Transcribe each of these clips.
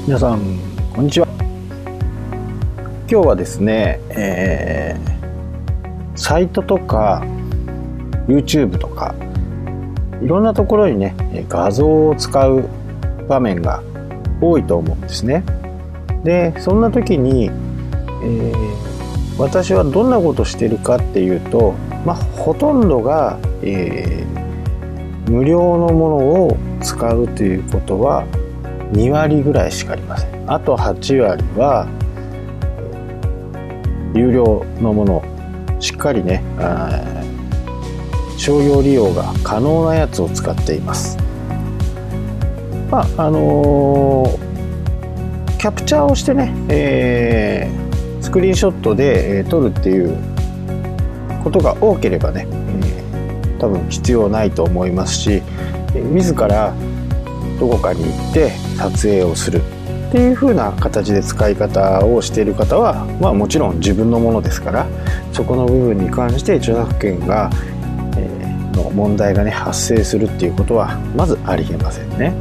皆さんこんにちは。今日はですね、サイトとか YouTube とかいろんなところにね画像を使う場面が多いと思うんですね。でそんな時に、私はどんなことしてるかっていうと、ほとんどが、無料のものを使うということは2割ぐらいしかありません。あと8割は有料のものをしっかりね商用利用が可能なやつを使っています。キャプチャーをしてね、スクリーンショットで、撮るっていうことが多ければね、多分必要ないと思いますし、自らどこかに行って撮影をするっていう風な形で使い方をしている方は、もちろん自分のものですから、そこの部分に関して著作権が、の問題がね発生するっていうことはまずありえませんね。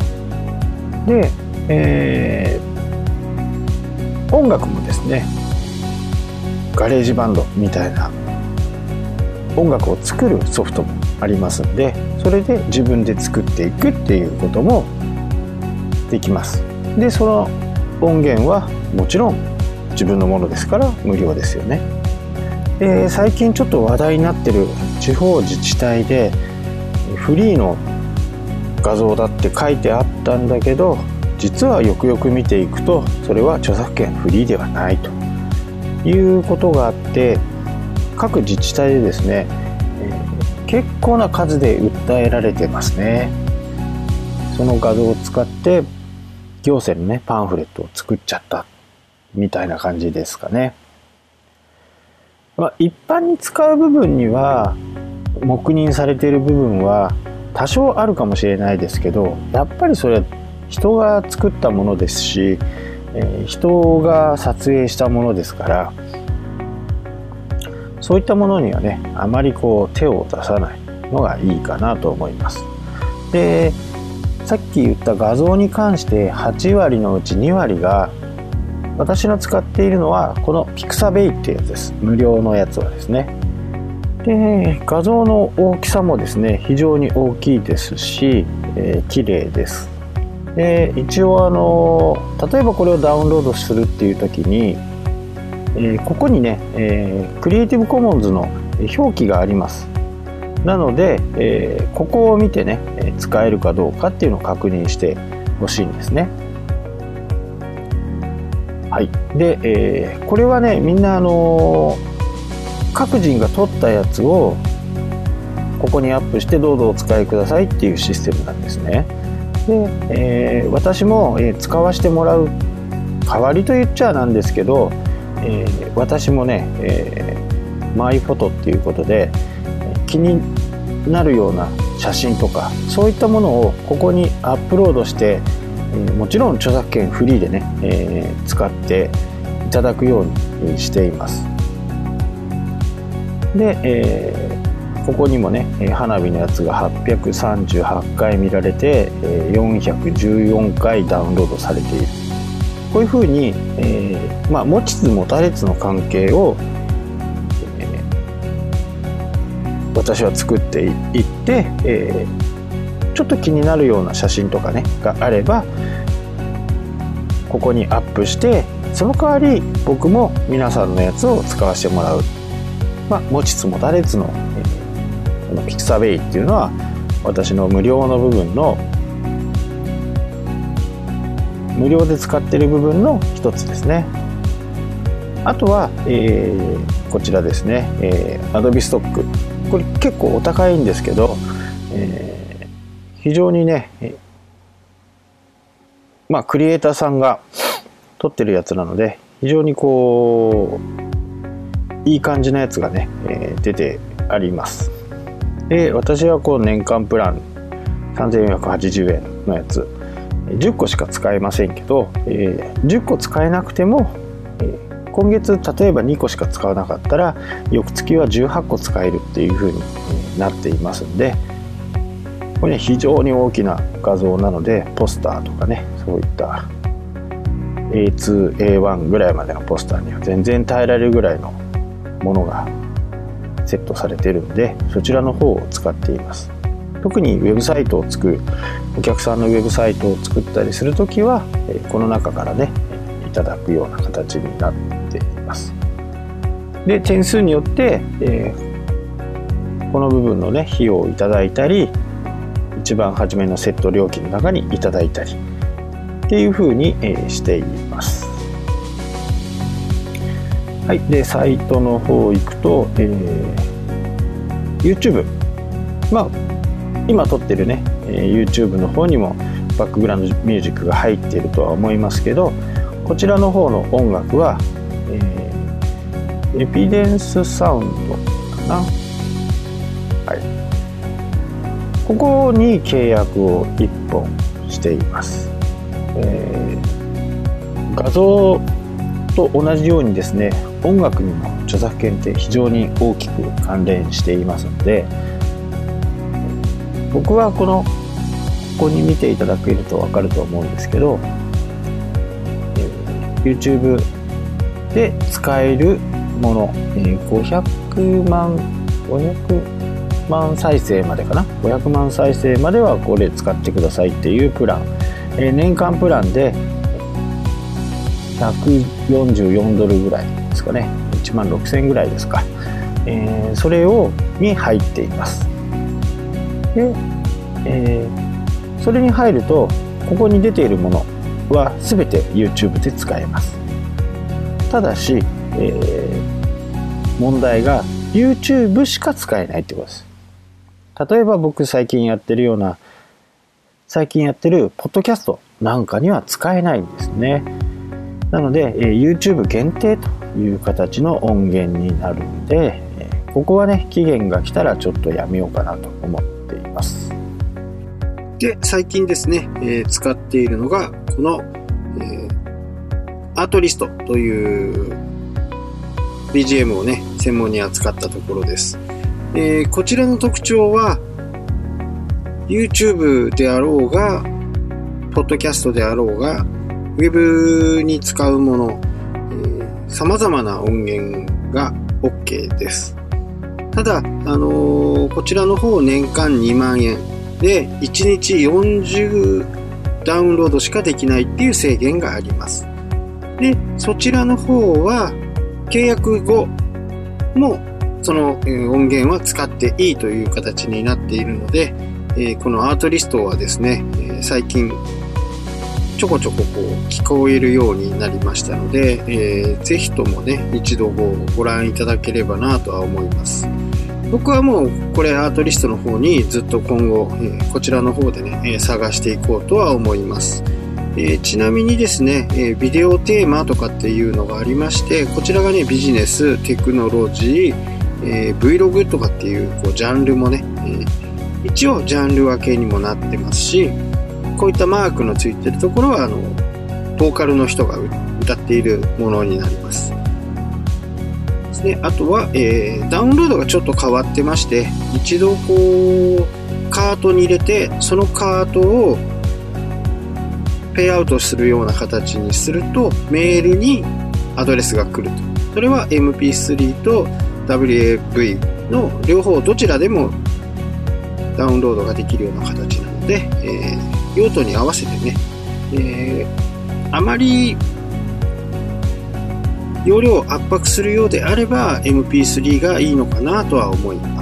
で、音楽もですね、ガレージバンドみたいな音楽を作るソフトもありますので、それで自分で作っていくっていうこともできます。でその音源はもちろん自分のものですから無料ですよね。最近ちょっと話題になってる地方自治体でフリーの画像だって書いてあったんだけど、実はよくよく見ていくとそれは著作権フリーではないということがあって、各自治体でですね、結構な数で訴えられてますね。その画像を使って行政のねパンフレットを作っちゃったみたいな感じですかね。一般に使う部分には黙認されている部分は多少あるかもしれないですけど、やっぱりそれは人が作ったものですし、人が撮影したものですから、そういったものにはねあまり手を出さないのがいいかなと思います。でさっき言った画像に関して8割のうち2割が、私の使っているのはこの Pixabay っていうやつです。無料のやつはですね。で画像の大きさもですね非常に大きいですし、綺麗です。で一応例えばこれをダウンロードするっていう時に、ここにね、クリエイティブコモンズの表記があります。なので、ここを見てね使えるかどうかっていうのを確認してほしいんですね。はい。で、これはねみんな各人が撮ったやつをここにアップしてどうぞお使いくださいっていうシステムなんですね。で、私も、使わせてもらう代わりと言っちゃなんですけど、私もね、マイフォトっていうことで気になるような写真とかそういったものをここにアップロードして、もちろん著作権フリーでね、使っていただくようにしています。で、ここにもね花火のやつが838回見られて、414回ダウンロードされている。こういうふうに、持ちつ持たれつの関係を、私は作っていって、ちょっと気になるような写真とかねがあればここにアップして、その代わり僕も皆さんのやつを使わせてもらう。持ちつ持たれつの、この Pixabay っていうのは私の無料の部分の無料で使っている部分の一つですね。あとは、こちらですね、Adobe Stock。これ結構お高いんですけど、非常にね、クリエイターさんが撮ってるやつなので非常にいい感じのやつがね、出てあります。で私は年間プラン3480円のやつ10個しか使えませんけど、10個使えなくても、今月例えば2個しか使わなかったら翌月は18個使えるっていう風になっていますんで、これね非常に大きな画像なのでポスターとかねそういった A2、A1 ぐらいまでのポスターには全然耐えられるぐらいのものがセットされているので、そちらの方を使っています。特にウェブサイトを作る、お客さんのウェブサイトを作ったりするときは、この中からねいただくような形になっています。で、点数によって、この部分のね費用をいただいたり、一番初めのセット料金の中にいただいたりっていう風に、しています。はい。で、サイトの方行くと、YouTube、今撮ってるね、YouTube の方にもバックグラウンドミュージックが入っているとは思いますけど、こちらの方の音楽は、エビデンスサウンドかな。はい。ここに契約を1本しています。画像と同じようにですね、音楽にも著作権って非常に大きく関連していますので、僕はここに見ていただけると分かると思うんですけど、YouTube で使えるもの、500万再生までかな、500万再生まではこれ使ってくださいっていうプラン、年間プランで$144ぐらいですかね、16,000円ぐらいですか、それに入っています。で、それに入るとここに出ているものは全て YouTube で使えます。ただし、問題が YouTube しか使えないってことです。例えば僕最近やってるポッドキャストなんかには使えないんですね。なので、YouTube 限定という形の音源になるので、ここはね期限が来たらちょっとやめようかなと思っています。で、最近ですね、使っているのがこの、アートリストという BGM をね専門に扱ったところです。こちらの特徴は YouTube であろうがポッドキャストであろうがウェブに使うもの、様々な音源が OK です。ただ、こちらの方年間2万円で1日40ダウンロードしかできないっていう制限があります。で、そちらの方は契約後もその音源は使っていいという形になっているので、このアートリストはですね、最近ちょこちょこ聞こえるようになりましたので、ぜひともね一度ご覧いただければなとは思います。僕はもうこれアートリストの方にずっと今後、こちらの方でね、探していこうとは思います。ちなみにですね、ビデオテーマとかっていうのがありまして、こちらがねビジネス、テクノロジー、Vlog とかっていうジャンルもね、一応ジャンル分けにもなってますし、こういったマークのついてるところはボーカルの人が歌っているものになりますですね。あとは、ダウンロードがちょっと変わってまして、一度カートに入れてそのカートをペイアウトするような形にするとメールにアドレスが来ると。それは MP3 と WAV の両方どちらでもダウンロードができるような形なので、用途に合わせてね、あまり容量を圧迫するようであれば MP3 がいいのかなとは思います。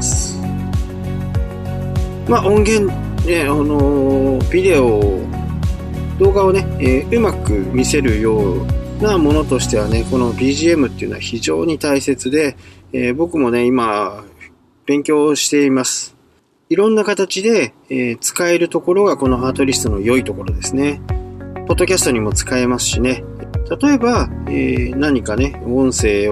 音源、ビデオ、動画をね、うまく見せるようなものとしてはね、この BGM っていうのは非常に大切で、僕もね今勉強しています。いろんな形で、使えるところがこのアートリストの良いところですね。ポッドキャストにも使えますしね。例えば、何かね音声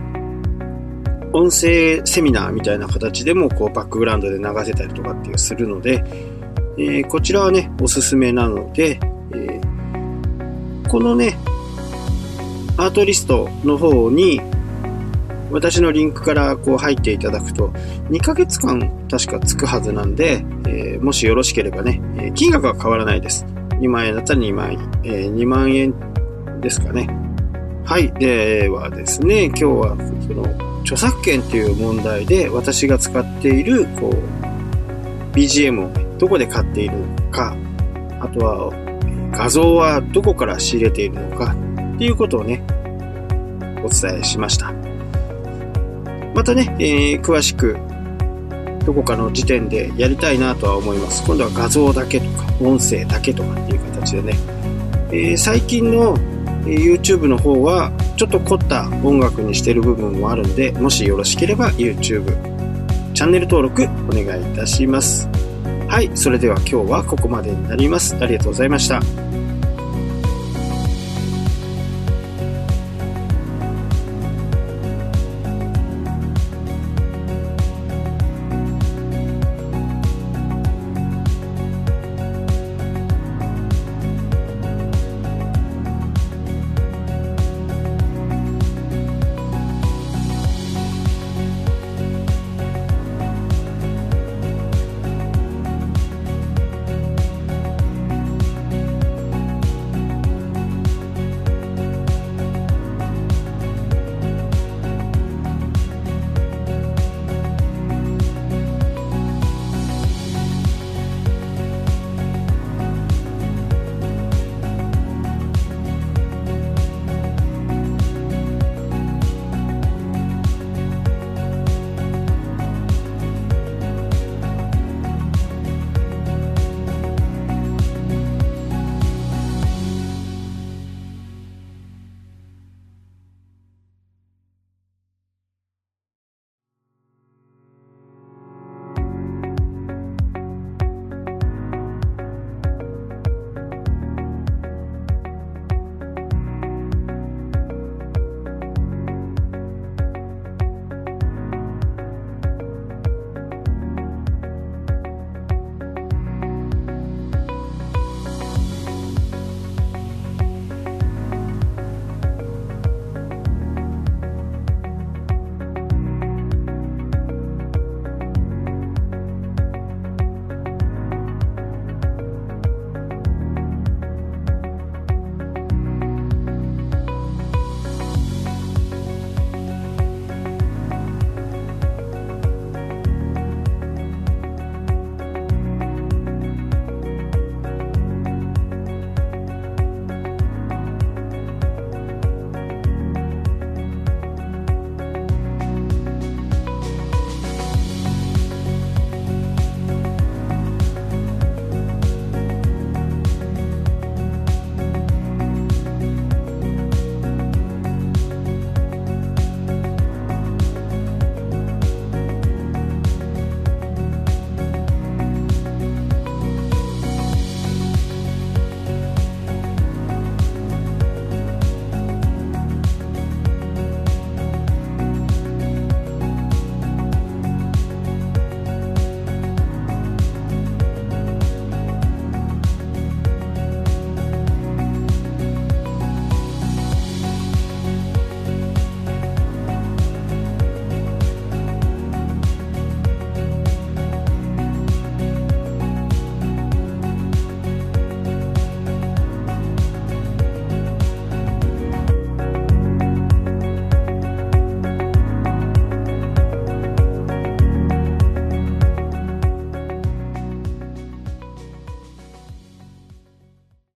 セミナーみたいな形でもバックグラウンドで流せたりとかっていうするので、こちらはねおすすめなので、このねアートリストの方に私のリンクから入っていただくと2ヶ月間確かつくはずなんで、もしよろしければね、金額は変わらないです。2万円だったら2万円、2万円ですかね。はい。ではですね、今日はその著作権っていう問題で私が使っているBGM をどこで買っているのか、あとは画像はどこから仕入れているのかっていうことをね、お伝えしました。またね、詳しくどこかの時点でやりたいなとは思います。今度は画像だけとか音声だけとかっていう形でね、最近の YouTube の方はちょっと凝った音楽にしている部分もあるんで、もしよろしければ YouTube チャンネル登録お願いいたします。はい、それでは今日はここまでになります。ありがとうございました。